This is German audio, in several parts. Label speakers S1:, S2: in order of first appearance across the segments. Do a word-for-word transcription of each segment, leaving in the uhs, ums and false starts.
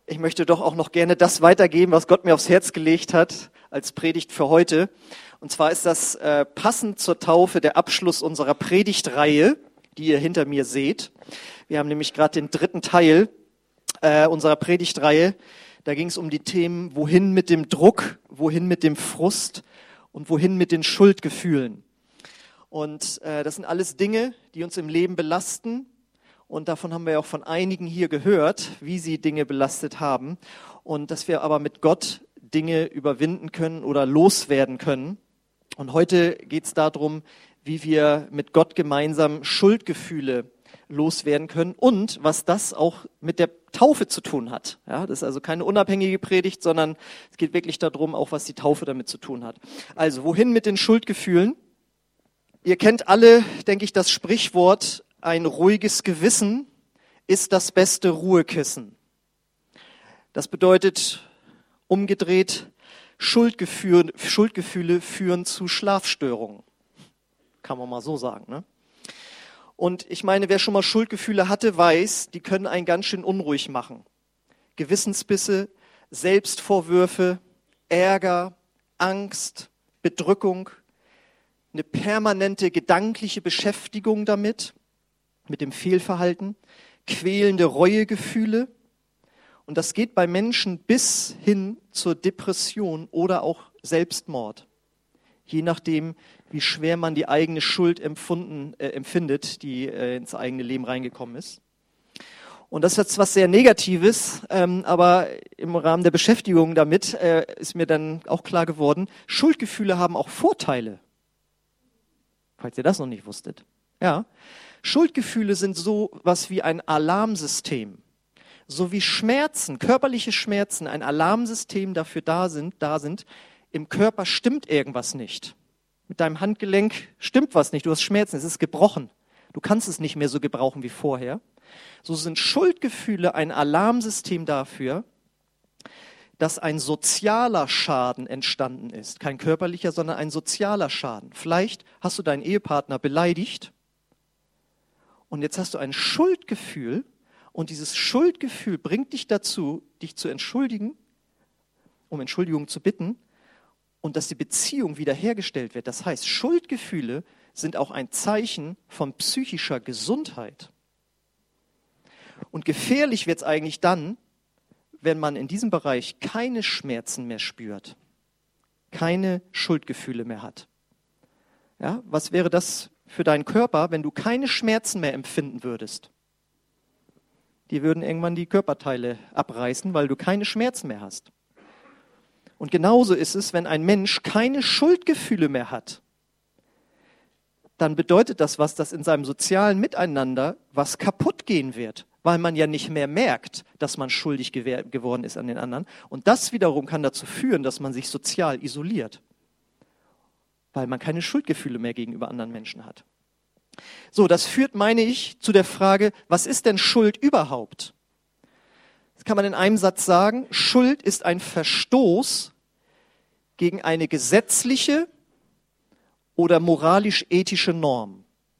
S1: Ich möchte doch auch noch gerne das weitergeben, was Gott mir aufs Herz gelegt hat als Predigt für heute. Und zwar ist das äh, passend zur Taufe der Abschluss unserer Predigtreihe, die ihr hinter mir seht. Wir haben nämlich gerade den dritten Teil äh, unserer Predigtreihe. Da ging es um die Themen, wohin mit dem Druck, wohin mit dem Frust und wohin mit den Schuldgefühlen. Und äh, das sind alles Dinge, die uns im Leben belasten. Und davon haben wir ja auch von einigen hier gehört, wie sie Dinge belastet haben. Und dass wir aber mit Gott Dinge überwinden können oder loswerden können. Und heute geht es darum, wie wir mit Gott gemeinsam Schuldgefühle loswerden können und was das auch mit der Taufe zu tun hat. Ja, das ist also keine unabhängige Predigt, sondern es geht wirklich darum, auch was die Taufe damit zu tun hat. Also, wohin mit den Schuldgefühlen? Ihr kennt alle, denke ich, das Sprichwort, ein ruhiges Gewissen ist das beste Ruhekissen. Das bedeutet, umgedreht, Schuldgefühle, Schuldgefühle führen zu Schlafstörungen. Kann man mal so sagen, ne? Und ich meine, wer schon mal Schuldgefühle hatte, weiß, die können einen ganz schön unruhig machen. Gewissensbisse, Selbstvorwürfe, Ärger, Angst, Bedrückung, eine permanente gedankliche Beschäftigung damit, mit dem Fehlverhalten, quälende Reuegefühle. Und das geht bei Menschen bis hin zur Depression oder auch Selbstmord. Je nachdem, wie schwer man die eigene Schuld empfunden, äh, empfindet, die äh, ins eigene Leben reingekommen ist. Und das ist jetzt was sehr Negatives, ähm, aber im Rahmen der Beschäftigung damit äh, ist mir dann auch klar geworden, Schuldgefühle haben auch Vorteile. Falls ihr das noch nicht wusstet. Ja, Schuldgefühle sind so was wie ein Alarmsystem. So wie Schmerzen, körperliche Schmerzen, ein Alarmsystem dafür da sind, da sind, im Körper stimmt irgendwas nicht. Mit deinem Handgelenk stimmt was nicht, du hast Schmerzen, es ist gebrochen. Du kannst es nicht mehr so gebrauchen wie vorher. So sind Schuldgefühle ein Alarmsystem dafür, dass ein sozialer Schaden entstanden ist. Kein körperlicher, sondern ein sozialer Schaden. Vielleicht hast du deinen Ehepartner beleidigt und jetzt hast du ein Schuldgefühl und dieses Schuldgefühl bringt dich dazu, dich zu entschuldigen, um Entschuldigung zu bitten und dass die Beziehung wiederhergestellt wird. Das heißt, Schuldgefühle sind auch ein Zeichen von psychischer Gesundheit. Und gefährlich wird es eigentlich dann, wenn man in diesem Bereich keine Schmerzen mehr spürt, keine Schuldgefühle mehr hat. Ja, was wäre das für deinen Körper, wenn du keine Schmerzen mehr empfinden würdest? Die würden irgendwann die Körperteile abreißen, weil du keine Schmerzen mehr hast. Und genauso ist es, wenn ein Mensch keine Schuldgefühle mehr hat, dann bedeutet das was, dass in seinem sozialen Miteinander was kaputt gehen wird, weil man ja nicht mehr merkt, dass man schuldig gewer- geworden ist an den anderen. Und das wiederum kann dazu führen, dass man sich sozial isoliert, weil man keine Schuldgefühle mehr gegenüber anderen Menschen hat. So, das führt, meine ich, zu der Frage, was ist denn Schuld überhaupt? Das kann man in einem Satz sagen, Schuld ist ein Verstoß gegen eine gesetzliche oder moralisch-ethische Norm.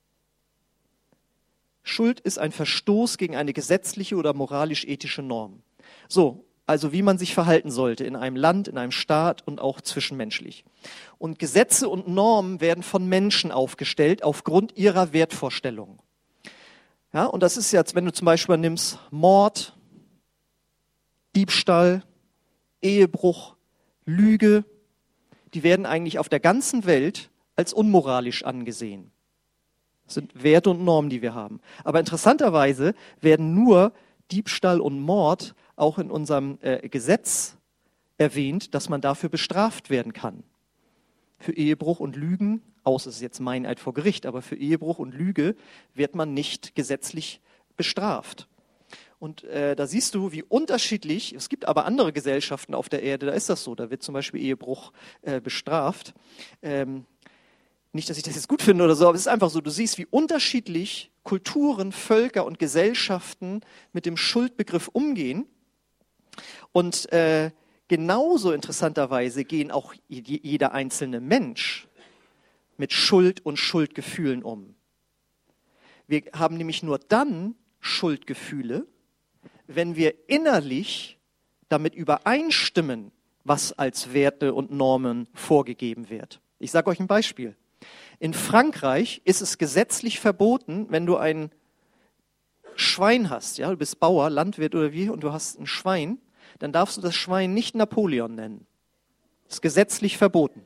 S1: Schuld ist ein Verstoß gegen eine gesetzliche oder moralisch-ethische Norm. So, also wie man sich verhalten sollte in einem Land, in einem Staat und auch zwischenmenschlich. Und Gesetze und Normen werden von Menschen aufgestellt aufgrund ihrer Wertvorstellungen. Ja, und das ist jetzt, wenn du zum Beispiel nimmst Mord, Diebstahl, Ehebruch, Lüge, die werden eigentlich auf der ganzen Welt als unmoralisch angesehen. Das sind Werte und Normen, die wir haben. Aber interessanterweise werden nur Diebstahl und Mord auch in unserem äh, Gesetz erwähnt, dass man dafür bestraft werden kann. Für Ehebruch und Lügen, außer es ist jetzt Meineid vor Gericht, aber für Ehebruch und Lüge wird man nicht gesetzlich bestraft. Und äh, da siehst du, wie unterschiedlich, es gibt aber andere Gesellschaften auf der Erde, da ist das so, da wird zum Beispiel Ehebruch äh, bestraft. Ähm, nicht, dass ich das jetzt gut finde oder so, aber es ist einfach so, du siehst, wie unterschiedlich Kulturen, Völker und Gesellschaften mit dem Schuldbegriff umgehen. Und äh, genauso interessanterweise gehen auch jeder einzelne Mensch mit Schuld und Schuldgefühlen um. Wir haben nämlich nur dann Schuldgefühle, wenn wir innerlich damit übereinstimmen, was als Werte und Normen vorgegeben wird. Ich sage euch ein Beispiel. In Frankreich ist es gesetzlich verboten, wenn du ein Schwein hast, ja, du bist Bauer, Landwirt oder wie, und du hast ein Schwein, dann darfst du das Schwein nicht Napoleon nennen. Das ist gesetzlich verboten.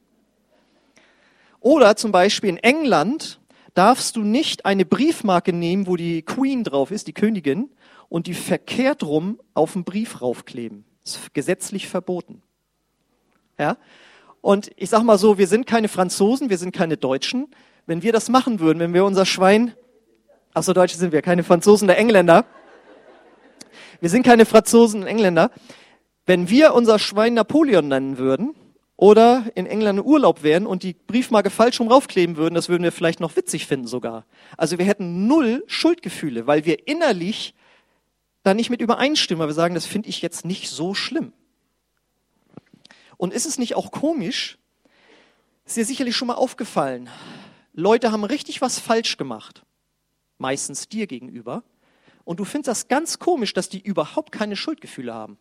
S1: Oder zum Beispiel in England darfst du nicht eine Briefmarke nehmen, wo die Queen drauf ist, die Königin, und die verkehrt rum auf den Brief raufkleben. Das ist gesetzlich verboten. Ja? Und ich sag mal so, wir sind keine Franzosen, wir sind keine Deutschen. Wenn wir das machen würden, wenn wir unser Schwein, ach so, Deutsche sind wir, keine Franzosen oder Engländer. Wir sind keine Franzosen und Engländer. Wenn wir unser Schwein Napoleon nennen würden oder in England in Urlaub wären und die Briefmarke falsch rum raufkleben würden, das würden wir vielleicht noch witzig finden sogar. Also wir hätten null Schuldgefühle, weil wir innerlich da nicht mit übereinstimmen, weil wir sagen, das finde ich jetzt nicht so schlimm. Und ist es nicht auch komisch, ist dir sicherlich schon mal aufgefallen, Leute haben richtig was falsch gemacht, meistens dir gegenüber, und du findest das ganz komisch, dass die überhaupt keine Schuldgefühle haben.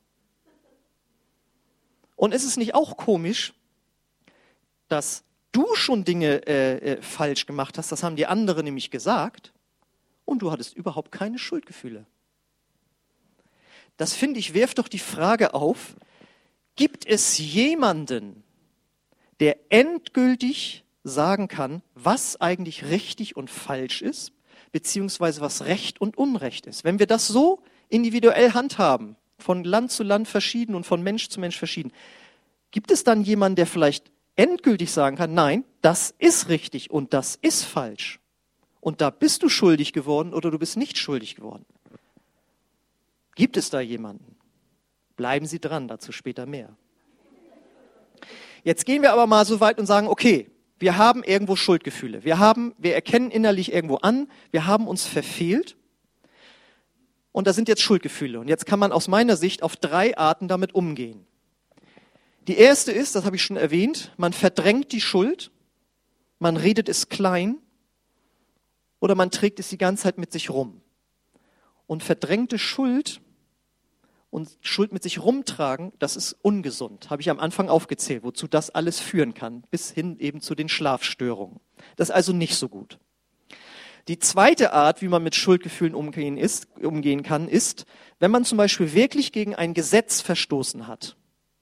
S1: Und ist es nicht auch komisch, dass du schon Dinge äh, äh, falsch gemacht hast, das haben die anderen nämlich gesagt, und du hattest überhaupt keine Schuldgefühle. Das finde ich, wirft doch die Frage auf, gibt es jemanden, der endgültig sagen kann, was eigentlich richtig und falsch ist, beziehungsweise was Recht und Unrecht ist? Wenn wir das so individuell handhaben, von Land zu Land verschieden und von Mensch zu Mensch verschieden, gibt es dann jemanden, der vielleicht endgültig sagen kann, nein, das ist richtig und das ist falsch. Und da bist du schuldig geworden oder du bist nicht schuldig geworden. Gibt es da jemanden? Bleiben Sie dran, dazu später mehr. Jetzt gehen wir aber mal so weit und sagen, okay, wir haben irgendwo Schuldgefühle. Wir haben, wir erkennen innerlich irgendwo an, wir haben uns verfehlt. Und da sind jetzt Schuldgefühle. Und jetzt kann man aus meiner Sicht auf drei Arten damit umgehen. Die erste ist, das habe ich schon erwähnt, man verdrängt die Schuld, man redet es klein oder man trägt es die ganze Zeit mit sich rum. Und verdrängte Schuld und Schuld mit sich rumtragen, das ist ungesund. Habe ich am Anfang aufgezählt, wozu das alles führen kann, bis hin eben zu den Schlafstörungen. Das ist also nicht so gut. Die zweite Art, wie man mit Schuldgefühlen umgehen, ist, umgehen kann, ist, wenn man zum Beispiel wirklich gegen ein Gesetz verstoßen hat,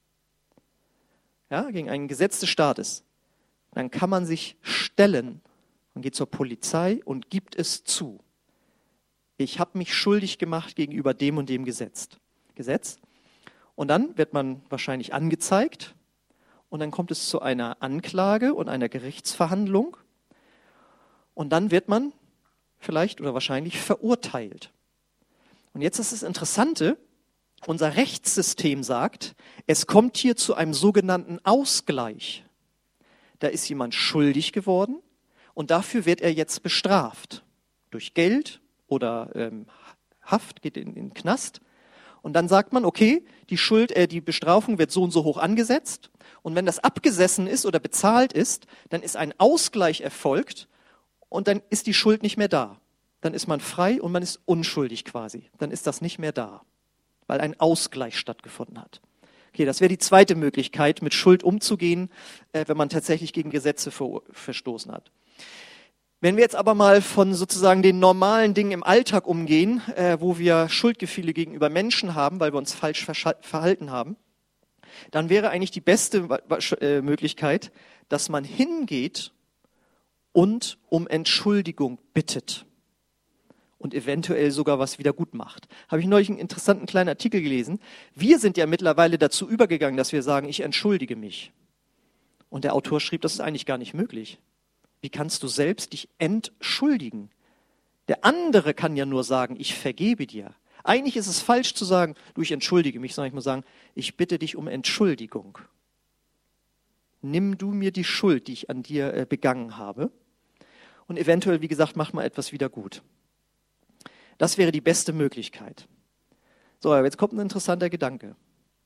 S1: ja, gegen ein Gesetz des Staates, dann kann man sich stellen, man geht zur Polizei und gibt es zu. Ich habe mich schuldig gemacht gegenüber dem und dem Gesetz. Gesetz. Und dann wird man wahrscheinlich angezeigt und dann kommt es zu einer Anklage und einer Gerichtsverhandlung und dann wird man vielleicht oder wahrscheinlich verurteilt. Und jetzt ist das Interessante, unser Rechtssystem sagt, es kommt hier zu einem sogenannten Ausgleich. Da ist jemand schuldig geworden und dafür wird er jetzt bestraft. Durch Geld oder ähm, Haft, geht in, in den Knast. Und dann sagt man, okay, die Schuld, äh, die Bestrafung wird so und so hoch angesetzt. Und wenn das abgesessen ist oder bezahlt ist, dann ist ein Ausgleich erfolgt und dann ist die Schuld nicht mehr da. Dann ist man frei und man ist unschuldig quasi. Dann ist das nicht mehr da, weil ein Ausgleich stattgefunden hat. Okay, das wäre die zweite Möglichkeit, mit Schuld umzugehen, äh, wenn man tatsächlich gegen Gesetze ver- verstoßen hat. Wenn wir jetzt aber mal von sozusagen den normalen Dingen im Alltag umgehen, äh, wo wir Schuldgefühle gegenüber Menschen haben, weil wir uns falsch verscha- verhalten haben, dann wäre eigentlich die beste äh, Möglichkeit, dass man hingeht und um Entschuldigung bittet und eventuell sogar was wieder gut macht. Habe ich neulich einen interessanten kleinen Artikel gelesen. Wir sind ja mittlerweile dazu übergegangen, dass wir sagen, ich entschuldige mich. Und der Autor schrieb, das ist eigentlich gar nicht möglich. Wie kannst du selbst dich entschuldigen? Der andere kann ja nur sagen, ich vergebe dir. Eigentlich ist es falsch zu sagen, du, ich entschuldige mich, sondern ich muss sagen, ich bitte dich um Entschuldigung. Nimm du mir die Schuld, die ich an dir äh, begangen habe. Und eventuell, wie gesagt, mach mal etwas wieder gut. Das wäre die beste Möglichkeit. So, aber jetzt kommt ein interessanter Gedanke.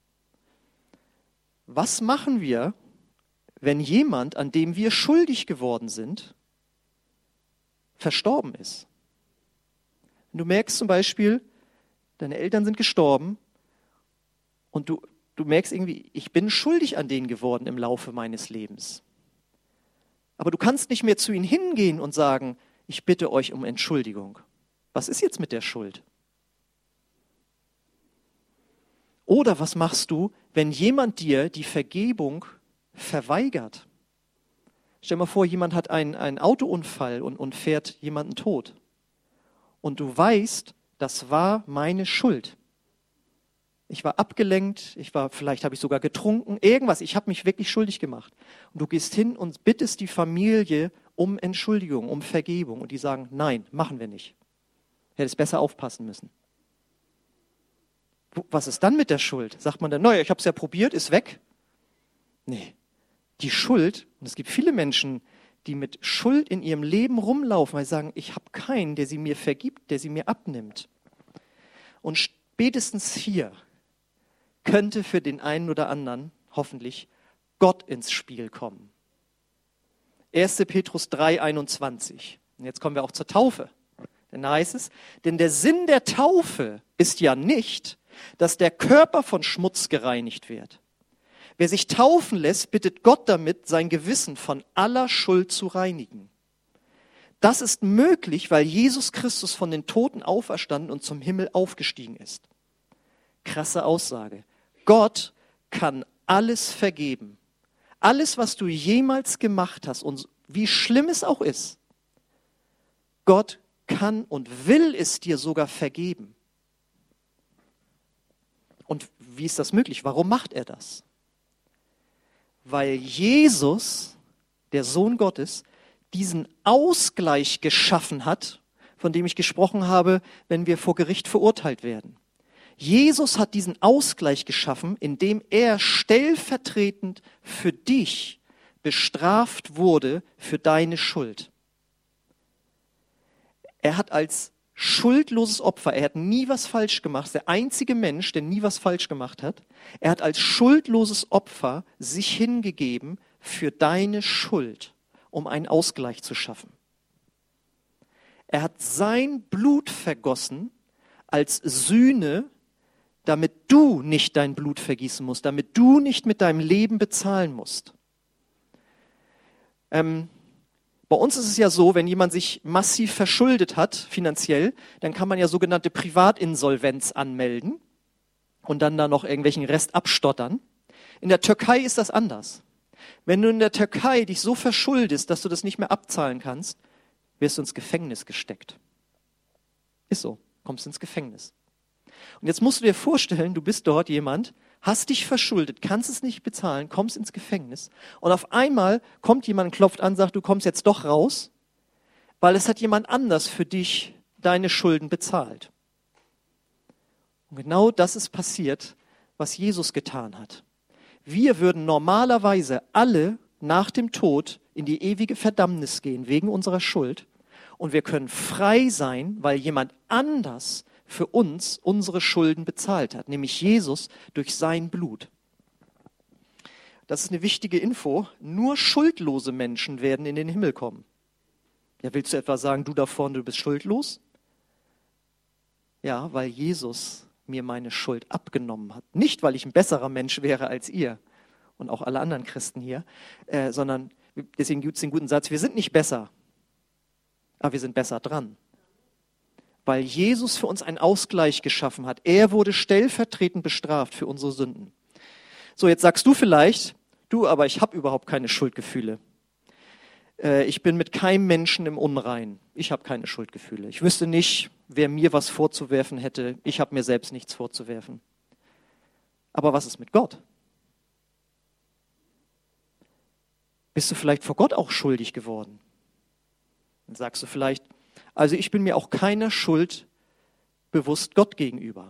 S1: Was machen wir, wenn jemand, an dem wir schuldig geworden sind, verstorben ist? Wenn du merkst zum Beispiel, deine Eltern sind gestorben Und du, du merkst irgendwie, ich bin schuldig an denen geworden im Laufe meines Lebens. Aber du kannst nicht mehr zu ihnen hingehen und sagen, ich bitte euch um Entschuldigung. Was ist jetzt mit der Schuld? Oder was machst du, wenn jemand dir die Vergebung verweigert? Stell dir mal vor, jemand hat einen, einen Autounfall und, und fährt jemanden tot. Und du weißt, das war meine Schuld. Ich war abgelenkt, ich war, vielleicht habe ich sogar getrunken, irgendwas, ich habe mich wirklich schuldig gemacht. Und du gehst hin und bittest die Familie um Entschuldigung, um Vergebung. Und die sagen, nein, machen wir nicht. Hättest besser aufpassen müssen. Was ist dann mit der Schuld? Sagt man dann, naja, ich habe es ja probiert, ist weg? Nee, die Schuld, und es gibt viele Menschen, die mit Schuld in ihrem Leben rumlaufen, weil sie sagen, ich habe keinen, der sie mir vergibt, der sie mir abnimmt. Und spätestens hier könnte für den einen oder anderen, hoffentlich, Gott ins Spiel kommen. erster Petrus drei einundzwanzig. Und jetzt kommen wir auch zur Taufe. Denn da heißt es, denn der Sinn der Taufe ist ja nicht, dass der Körper von Schmutz gereinigt wird. Wer sich taufen lässt, bittet Gott damit, sein Gewissen von aller Schuld zu reinigen. Das ist möglich, weil Jesus Christus von den Toten auferstanden und zum Himmel aufgestiegen ist. Krasse Aussage. Gott kann alles vergeben. Alles, was du jemals gemacht hast und wie schlimm es auch ist, Gott kann und will es dir sogar vergeben. Und wie ist das möglich? Warum macht er das? Weil Jesus, der Sohn Gottes, diesen Ausgleich geschaffen hat, von dem ich gesprochen habe, wenn wir vor Gericht verurteilt werden. Jesus hat diesen Ausgleich geschaffen, indem er stellvertretend für dich bestraft wurde für deine Schuld. Er hat als schuldloses Opfer, er hat nie was falsch gemacht, der einzige Mensch, der nie was falsch gemacht hat, er hat als schuldloses Opfer sich hingegeben für deine Schuld, um einen Ausgleich zu schaffen. Er hat sein Blut vergossen als Sühne, damit du nicht dein Blut vergießen musst, damit du nicht mit deinem Leben bezahlen musst. Ähm, Bei uns ist es ja so, wenn jemand sich massiv verschuldet hat, finanziell, dann kann man ja sogenannte Privatinsolvenz anmelden und dann da noch irgendwelchen Rest abstottern. In der Türkei ist das anders. Wenn du in der Türkei dich so verschuldest, dass du das nicht mehr abzahlen kannst, wirst du ins Gefängnis gesteckt. Ist so, kommst ins Gefängnis. Und jetzt musst du dir vorstellen, du bist dort jemand, hast dich verschuldet, kannst es nicht bezahlen, kommst ins Gefängnis und auf einmal kommt jemand, klopft an, sagt, du kommst jetzt doch raus, weil es hat jemand anders für dich deine Schulden bezahlt. Und genau das ist passiert, was Jesus getan hat. Wir würden normalerweise alle nach dem Tod in die ewige Verdammnis gehen, wegen unserer Schuld. Und wir können frei sein, weil jemand anders für uns unsere Schulden bezahlt hat, nämlich Jesus durch sein Blut. Das ist eine wichtige Info. Nur schuldlose Menschen werden in den Himmel kommen. Ja, willst du etwa sagen, du da vorne, du bist schuldlos? Ja, weil Jesus mir meine Schuld abgenommen hat. Nicht, weil ich ein besserer Mensch wäre als ihr und auch alle anderen Christen hier, äh, sondern deswegen gibt es den guten Satz, wir sind nicht besser, aber wir sind besser dran. Weil Jesus für uns einen Ausgleich geschaffen hat. Er wurde stellvertretend bestraft für unsere Sünden. So, jetzt sagst du vielleicht, du, aber ich habe überhaupt keine Schuldgefühle. Äh, ich bin mit keinem Menschen im Unrein. Ich habe keine Schuldgefühle. Ich wüsste nicht, wer mir was vorzuwerfen hätte. Ich habe mir selbst nichts vorzuwerfen. Aber was ist mit Gott? Bist du vielleicht vor Gott auch schuldig geworden? Dann sagst du vielleicht, also ich bin mir auch keiner Schuld bewusst Gott gegenüber.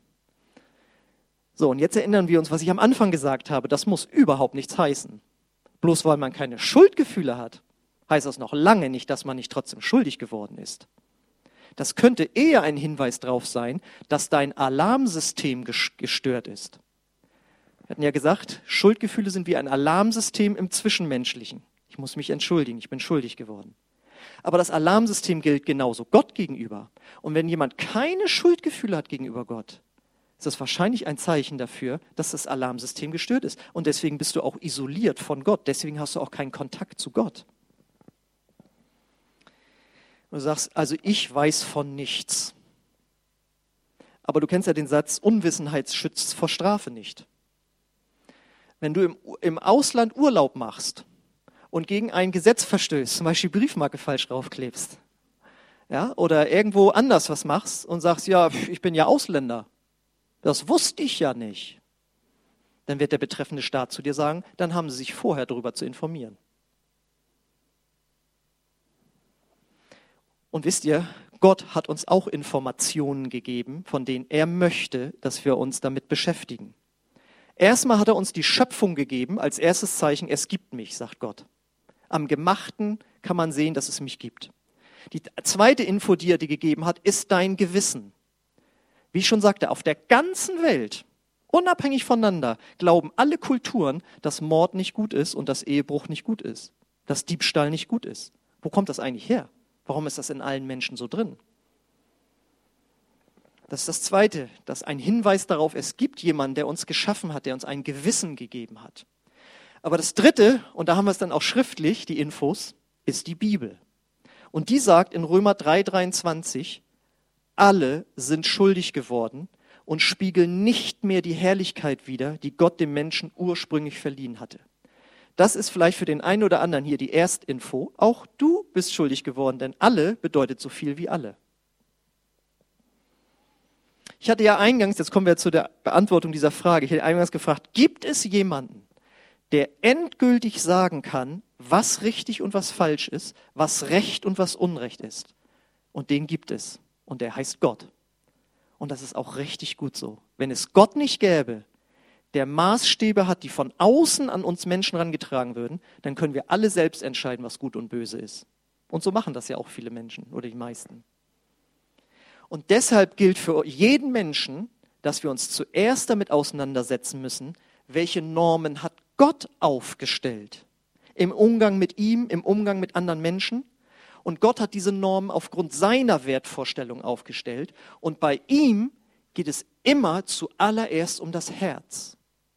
S1: So, und jetzt erinnern wir uns, was ich am Anfang gesagt habe. Das muss überhaupt nichts heißen. Bloß weil man keine Schuldgefühle hat, heißt das noch lange nicht, dass man nicht trotzdem schuldig geworden ist. Das könnte eher ein Hinweis darauf sein, dass dein Alarmsystem gestört ist. Wir hatten ja gesagt, Schuldgefühle sind wie ein Alarmsystem im Zwischenmenschlichen. Ich muss mich entschuldigen, ich bin schuldig geworden. Aber das Alarmsystem gilt genauso Gott gegenüber. Und wenn jemand keine Schuldgefühle hat gegenüber Gott, ist das wahrscheinlich ein Zeichen dafür, dass das Alarmsystem gestört ist. Und deswegen bist du auch isoliert von Gott. Deswegen hast du auch keinen Kontakt zu Gott. Du sagst, also ich weiß von nichts. Aber du kennst ja den Satz, Unwissenheit schützt vor Strafe nicht. Wenn du im, im Ausland Urlaub machst und gegen ein Gesetz verstößt, zum Beispiel Briefmarke falsch draufklebst, ja, oder irgendwo anders was machst und sagst, ja, ich bin ja Ausländer, das wusste ich ja nicht, dann wird der betreffende Staat zu dir sagen, dann haben sie sich vorher darüber zu informieren. Und wisst ihr, Gott hat uns auch Informationen gegeben, von denen er möchte, dass wir uns damit beschäftigen. Erstmal hat er uns die Schöpfung gegeben, als erstes Zeichen, es gibt mich, sagt Gott. Am Gemachten kann man sehen, dass es mich gibt. Die zweite Info, die er dir gegeben hat, ist dein Gewissen. Wie ich schon sagte, auf der ganzen Welt, unabhängig voneinander, glauben alle Kulturen, dass Mord nicht gut ist und dass Ehebruch nicht gut ist, dass Diebstahl nicht gut ist. Wo kommt das eigentlich her? Warum ist das in allen Menschen so drin? Das ist das Zweite, das ist ein Hinweis darauf, es gibt jemanden, der uns geschaffen hat, der uns ein Gewissen gegeben hat. Aber das Dritte, und da haben wir es dann auch schriftlich, die Infos, ist die Bibel. Und die sagt in Römer drei dreiundzwanzig, alle sind schuldig geworden und spiegeln nicht mehr die Herrlichkeit wider, die Gott dem Menschen ursprünglich verliehen hatte. Das ist vielleicht für den einen oder anderen hier die Erstinfo. Auch du bist schuldig geworden, denn alle bedeutet so viel wie alle. Ich hatte ja eingangs, jetzt kommen wir zu der Beantwortung dieser Frage, ich hatte eingangs gefragt, gibt es jemanden, der endgültig sagen kann, was richtig und was falsch ist, was Recht und was Unrecht ist? Und den gibt es. Und der heißt Gott. Und das ist auch richtig gut so. Wenn es Gott nicht gäbe, der Maßstäbe hat, die von außen an uns Menschen herangetragen würden, dann können wir alle selbst entscheiden, was gut und böse ist. Und so machen das ja auch viele Menschen oder die meisten. Und deshalb gilt für jeden Menschen, dass wir uns zuerst damit auseinandersetzen müssen, welche Normen hat Gott aufgestellt. Im Umgang mit ihm, im Umgang mit anderen Menschen. Und Gott hat diese Normen aufgrund seiner Wertvorstellung aufgestellt. Und bei ihm geht es immer zuallererst um das Herz.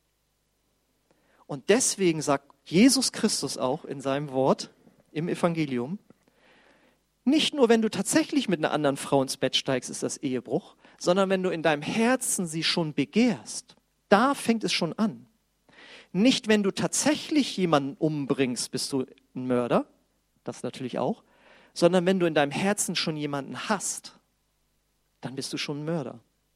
S1: Und deswegen sagt Jesus Christus auch in seinem Wort im Evangelium, nicht nur, wenn du tatsächlich mit einer anderen Frau ins Bett steigst, ist das Ehebruch, sondern wenn du in deinem Herzen sie schon begehrst, da fängt es schon an. Nicht, wenn du tatsächlich jemanden umbringst, bist du ein Mörder, das natürlich auch, sondern wenn du in deinem Herzen schon jemanden hast, dann bist du schon ein Mörder.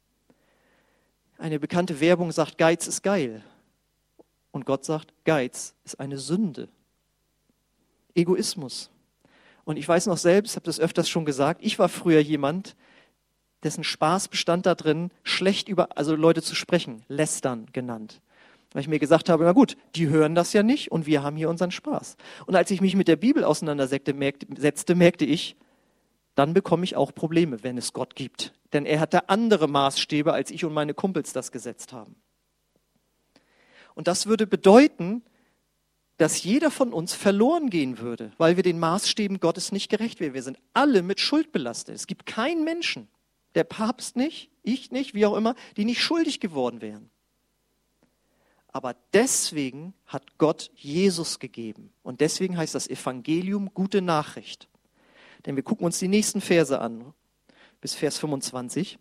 S1: Eine bekannte Werbung sagt, Geiz ist geil. Und Gott sagt, Geiz ist eine Sünde. Egoismus. Und ich weiß noch selbst, ich habe das öfters schon gesagt, ich war früher jemand, dessen Spaß bestand darin, schlecht über also Leute zu sprechen, lästern genannt. Weil ich mir gesagt habe, na gut, die hören das ja nicht und wir haben hier unseren Spaß. Und als ich mich mit der Bibel auseinandersetzte, merkte, setzte, merkte ich, dann bekomme ich auch Probleme, wenn es Gott gibt. Denn er hatte andere Maßstäbe, als ich und meine Kumpels das gesetzt haben. Und das würde bedeuten, dass jeder von uns verloren gehen würde, weil wir den Maßstäben Gottes nicht gerecht wären. Wir sind alle mit Schuld belastet. Es gibt keinen Menschen, der Papst nicht, ich nicht, wie auch immer, die nicht schuldig geworden wären. Aber deswegen hat Gott Jesus gegeben. Und deswegen heißt das Evangelium gute Nachricht. Denn wir gucken uns die nächsten Verse an, bis Vers fünfundzwanzig.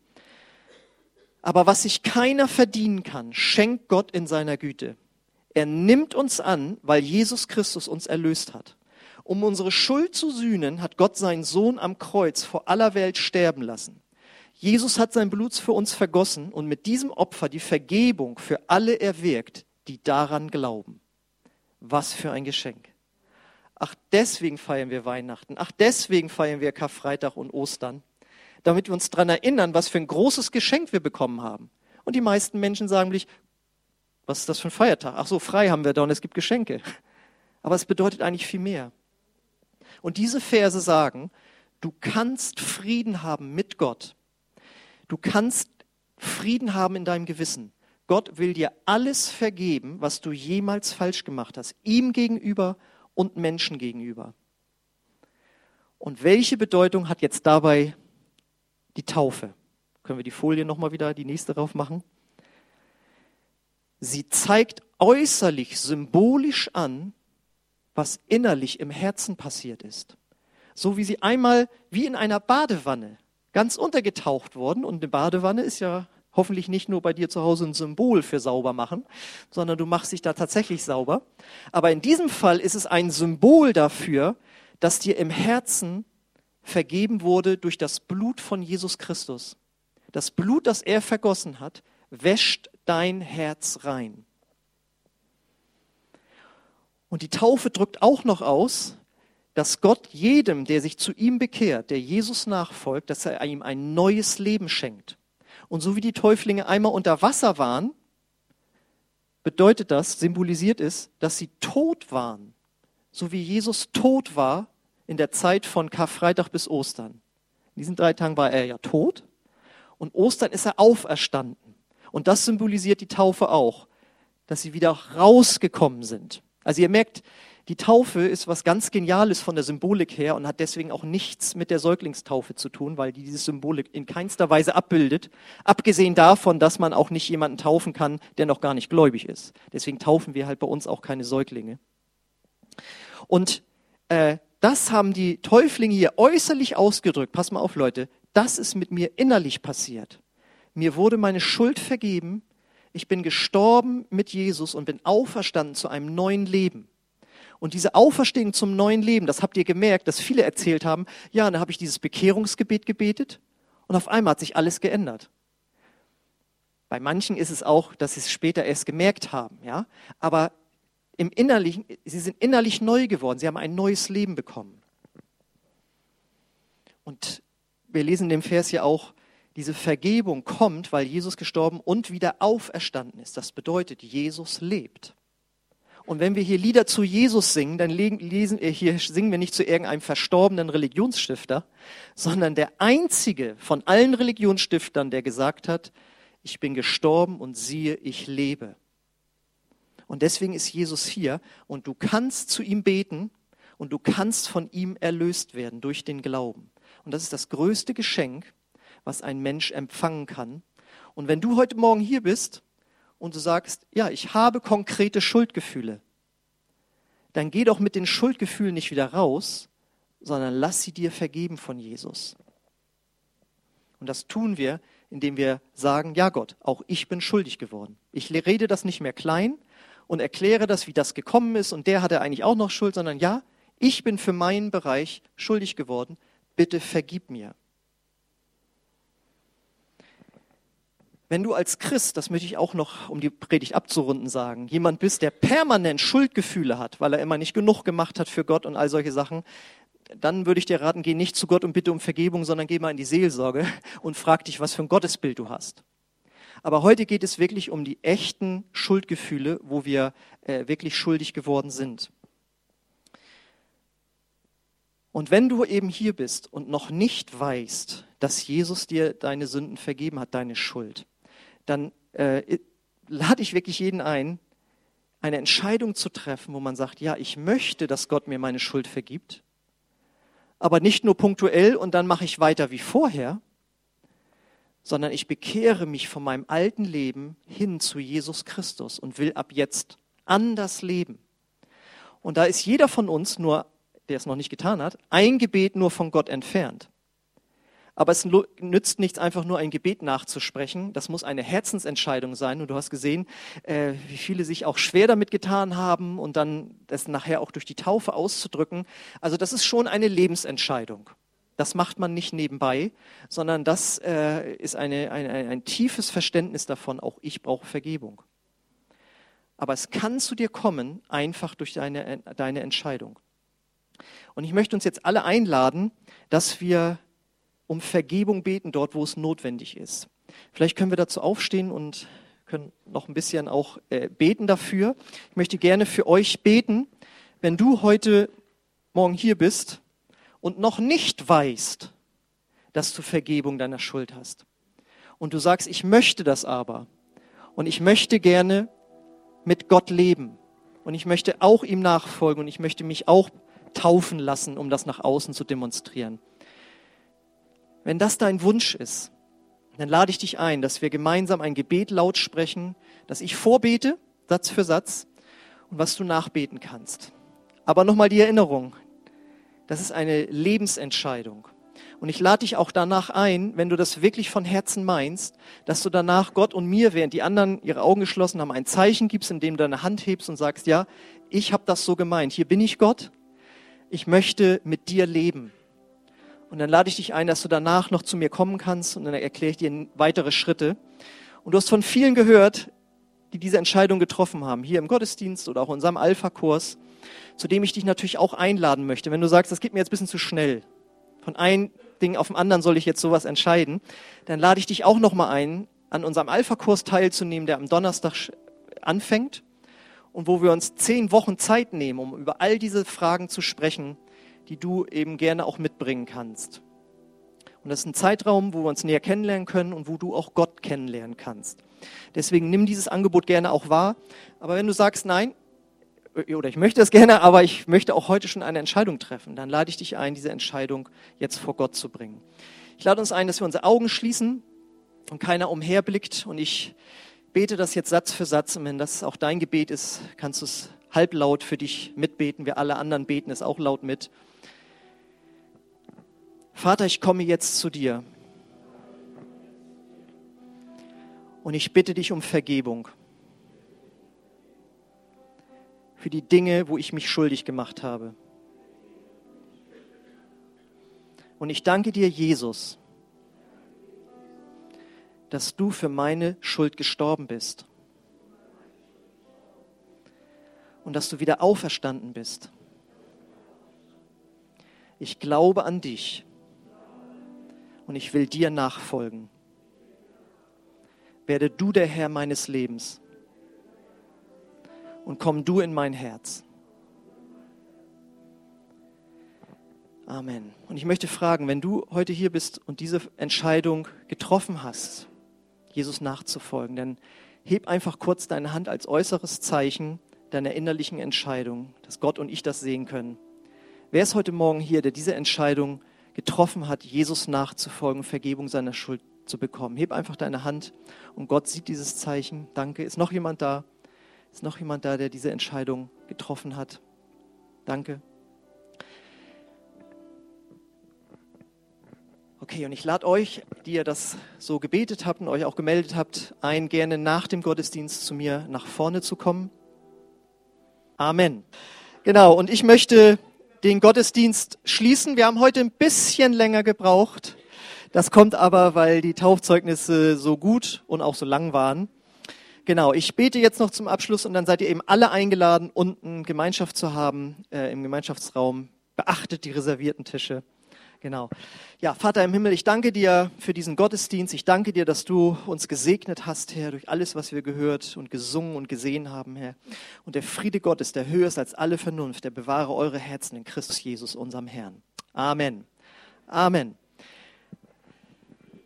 S1: Aber was sich keiner verdienen kann, schenkt Gott in seiner Güte. Er nimmt uns an, weil Jesus Christus uns erlöst hat. Um unsere Schuld zu sühnen, hat Gott seinen Sohn am Kreuz vor aller Welt sterben lassen. Jesus hat sein Blut für uns vergossen und mit diesem Opfer die Vergebung für alle erwirkt, die daran glauben. Was für ein Geschenk. Ach, deswegen feiern wir Weihnachten. Ach, deswegen feiern wir Karfreitag und Ostern. Damit wir uns daran erinnern, was für ein großes Geschenk wir bekommen haben. Und die meisten Menschen sagen sich, was ist das für ein Feiertag? Ach so, frei haben wir da und es gibt Geschenke. Aber es bedeutet eigentlich viel mehr. Und diese Verse sagen, du kannst Frieden haben mit Gott. Du kannst Frieden haben in deinem Gewissen. Gott will dir alles vergeben, was du jemals falsch gemacht hast. Ihm gegenüber und Menschen gegenüber. Und welche Bedeutung hat jetzt dabei die Taufe? Können wir die Folie nochmal wieder, die nächste drauf machen? Sie zeigt äußerlich symbolisch an, was innerlich im Herzen passiert ist. So wie sie einmal wie in einer Badewanne ganz untergetaucht wurden. Und eine Badewanne ist ja hoffentlich nicht nur bei dir zu Hause ein Symbol für sauber machen, sondern du machst dich da tatsächlich sauber. Aber in diesem Fall ist es ein Symbol dafür, dass dir im Herzen vergeben wurde durch das Blut von Jesus Christus. Das Blut, das er vergossen hat, wäscht dein Herz rein. Und die Taufe drückt auch noch aus, dass Gott jedem, der sich zu ihm bekehrt, der Jesus nachfolgt, dass er ihm ein neues Leben schenkt. Und so wie die Täuflinge einmal unter Wasser waren, bedeutet das, symbolisiert es, dass sie tot waren. So wie Jesus tot war in der Zeit von Karfreitag bis Ostern. In diesen drei Tagen war er ja tot und Ostern ist er auferstanden. Und das symbolisiert die Taufe auch, dass sie wieder rausgekommen sind. Also ihr merkt, die Taufe ist was ganz Geniales von der Symbolik her und hat deswegen auch nichts mit der Säuglingstaufe zu tun, weil die diese Symbolik in keinster Weise abbildet. Abgesehen davon, dass man auch nicht jemanden taufen kann, der noch gar nicht gläubig ist. Deswegen taufen wir halt bei uns auch keine Säuglinge. Und äh, das haben die Täuflinge hier äußerlich ausgedrückt. Pass mal auf, Leute, das ist mit mir innerlich passiert. Mir wurde meine Schuld vergeben. Ich bin gestorben mit Jesus und bin auferstanden zu einem neuen Leben. Und diese Auferstehung zum neuen Leben, das habt ihr gemerkt, dass viele erzählt haben, ja, dann habe ich dieses Bekehrungsgebet gebetet und auf einmal hat sich alles geändert. Bei manchen ist es auch, dass sie es später erst gemerkt haben, ja, aber im Innerlichen, sie sind innerlich neu geworden, sie haben ein neues Leben bekommen. Und wir lesen in dem Vers ja auch, diese Vergebung kommt, weil Jesus gestorben und wieder auferstanden ist. Das bedeutet, Jesus lebt. Und wenn wir hier Lieder zu Jesus singen, dann lesen, hier singen wir nicht zu irgendeinem verstorbenen Religionsstifter, sondern der einzige von allen Religionsstiftern, der gesagt hat, ich bin gestorben und siehe, ich lebe. Und deswegen ist Jesus hier und du kannst zu ihm beten und du kannst von ihm erlöst werden durch den Glauben. Und das ist das größte Geschenk, was ein Mensch empfangen kann. Und wenn du heute Morgen hier bist und du sagst, ja, ich habe konkrete Schuldgefühle, dann geh doch mit den Schuldgefühlen nicht wieder raus, sondern lass sie dir vergeben von Jesus. Und das tun wir, indem wir sagen, ja Gott, auch ich bin schuldig geworden. Ich rede das nicht mehr klein und erkläre das, wie das gekommen ist und der hatte eigentlich auch noch Schuld, sondern ja, ich bin für meinen Bereich schuldig geworden, bitte vergib mir. Wenn du als Christ, das möchte ich auch noch, um die Predigt abzurunden, sagen, jemand bist, der permanent Schuldgefühle hat, weil er immer nicht genug gemacht hat für Gott und all solche Sachen, dann würde ich dir raten, geh nicht zu Gott und bitte um Vergebung, sondern geh mal in die Seelsorge und frag dich, was für ein Gottesbild du hast. Aber heute geht es wirklich um die echten Schuldgefühle, wo wir äh, wirklich schuldig geworden sind. Und wenn du eben hier bist und noch nicht weißt, dass Jesus dir deine Sünden vergeben hat, deine Schuld, dann äh, lade ich wirklich jeden ein, eine Entscheidung zu treffen, wo man sagt, ja, ich möchte, dass Gott mir meine Schuld vergibt, aber nicht nur punktuell und dann mache ich weiter wie vorher, sondern ich bekehre mich von meinem alten Leben hin zu Jesus Christus und will ab jetzt anders leben. Und da ist jeder von uns nur, der es noch nicht getan hat, ein Gebet nur von Gott entfernt. Aber es nützt nichts, einfach nur ein Gebet nachzusprechen. Das muss eine Herzensentscheidung sein. Und du hast gesehen, äh, wie viele sich auch schwer damit getan haben und dann das nachher auch durch die Taufe auszudrücken. Also das ist schon eine Lebensentscheidung. Das macht man nicht nebenbei, sondern das äh, ist eine, ein, ein, ein tiefes Verständnis davon, auch ich brauche Vergebung. Aber es kann zu dir kommen, einfach durch deine, deine Entscheidung. Und ich möchte uns jetzt alle einladen, dass wir um Vergebung beten, dort wo es notwendig ist. Vielleicht können wir dazu aufstehen und können noch ein bisschen auch äh, beten dafür. Ich möchte gerne für euch beten, wenn du heute Morgen hier bist und noch nicht weißt, dass du Vergebung deiner Schuld hast. Und du sagst, ich möchte das aber. Und ich möchte gerne mit Gott leben. Und ich möchte auch ihm nachfolgen und ich möchte mich auch taufen lassen, um das nach außen zu demonstrieren. Wenn das dein Wunsch ist, Dann lade ich dich ein, dass wir gemeinsam ein Gebet laut sprechen, dass ich vorbete, Satz für Satz, und was du nachbeten kannst. Aber nochmal die Erinnerung, das ist eine Lebensentscheidung. Und ich lade dich auch danach ein, wenn du das wirklich von Herzen meinst, dass du danach Gott und mir, während die anderen ihre Augen geschlossen haben, ein Zeichen gibst, indem du deine Hand hebst und sagst, ja, ich habe das so gemeint. Hier bin ich Gott, ich möchte mit dir leben. Und dann lade ich dich ein, dass du danach noch zu mir kommen kannst und dann erkläre ich dir weitere Schritte. Und du hast von vielen gehört, die diese Entscheidung getroffen haben, hier im Gottesdienst oder auch in unserem Alpha-Kurs, zu dem ich dich natürlich auch einladen möchte. Wenn du sagst, das geht mir jetzt ein bisschen zu schnell, von einem Ding auf dem anderen soll ich jetzt sowas entscheiden, dann lade ich dich auch nochmal ein, an unserem Alpha-Kurs teilzunehmen, der am Donnerstag anfängt und wo wir uns zehn Wochen Zeit nehmen, um über all diese Fragen zu sprechen, die du eben gerne auch mitbringen kannst. Und das ist ein Zeitraum, wo wir uns näher kennenlernen können und wo du auch Gott kennenlernen kannst. Deswegen nimm dieses Angebot gerne auch wahr. Aber wenn du sagst, nein, oder ich möchte das gerne, aber ich möchte auch heute schon eine Entscheidung treffen, dann lade ich dich ein, diese Entscheidung jetzt vor Gott zu bringen. Ich lade uns ein, dass wir unsere Augen schließen und keiner umherblickt. Und ich bete das jetzt Satz für Satz. Und wenn das auch dein Gebet ist, kannst du es halblaut für dich mitbeten. Wir alle anderen beten es auch laut mit. Vater, ich komme jetzt zu dir. Und ich bitte dich um Vergebung. Für die Dinge, wo ich mich schuldig gemacht habe. Und ich danke dir, Jesus, dass du für meine Schuld gestorben bist. Und dass du wieder auferstanden bist. Ich glaube an dich. Und ich will dir nachfolgen. Werde du der Herr meines Lebens. Und komm du in mein Herz. Amen. Und ich möchte fragen, wenn du heute hier bist und diese Entscheidung getroffen hast, Jesus nachzufolgen, dann heb einfach kurz deine Hand als äußeres Zeichen deiner innerlichen Entscheidung, dass Gott und ich das sehen können. Wer ist heute Morgen hier, der diese Entscheidung getroffen hat, Jesus nachzufolgen, Vergebung seiner Schuld zu bekommen? Heb einfach deine Hand und Gott sieht dieses Zeichen. Danke. Ist noch jemand da? Ist noch jemand da, der diese Entscheidung getroffen hat? Danke. Okay, und ich lade euch, die ihr das so gebetet habt und euch auch gemeldet habt, ein, gerne nach dem Gottesdienst zu mir nach vorne zu kommen. Amen. Genau, und ich möchte den Gottesdienst schließen. Wir haben heute ein bisschen länger gebraucht. Das kommt aber, weil die Taufzeugnisse so gut und auch so lang waren. Genau, ich bete jetzt noch zum Abschluss und dann seid ihr eben alle eingeladen, unten Gemeinschaft zu haben äh, im Gemeinschaftsraum. Beachtet die reservierten Tische. Genau. Ja, Vater im Himmel, ich danke dir für diesen Gottesdienst. Ich danke dir, dass du uns gesegnet hast, Herr, durch alles, was wir gehört und gesungen und gesehen haben, Herr. Und der Friede Gottes, der höher ist als alle Vernunft, der bewahre eure Herzen in Christus Jesus, unserem Herrn. Amen. Amen.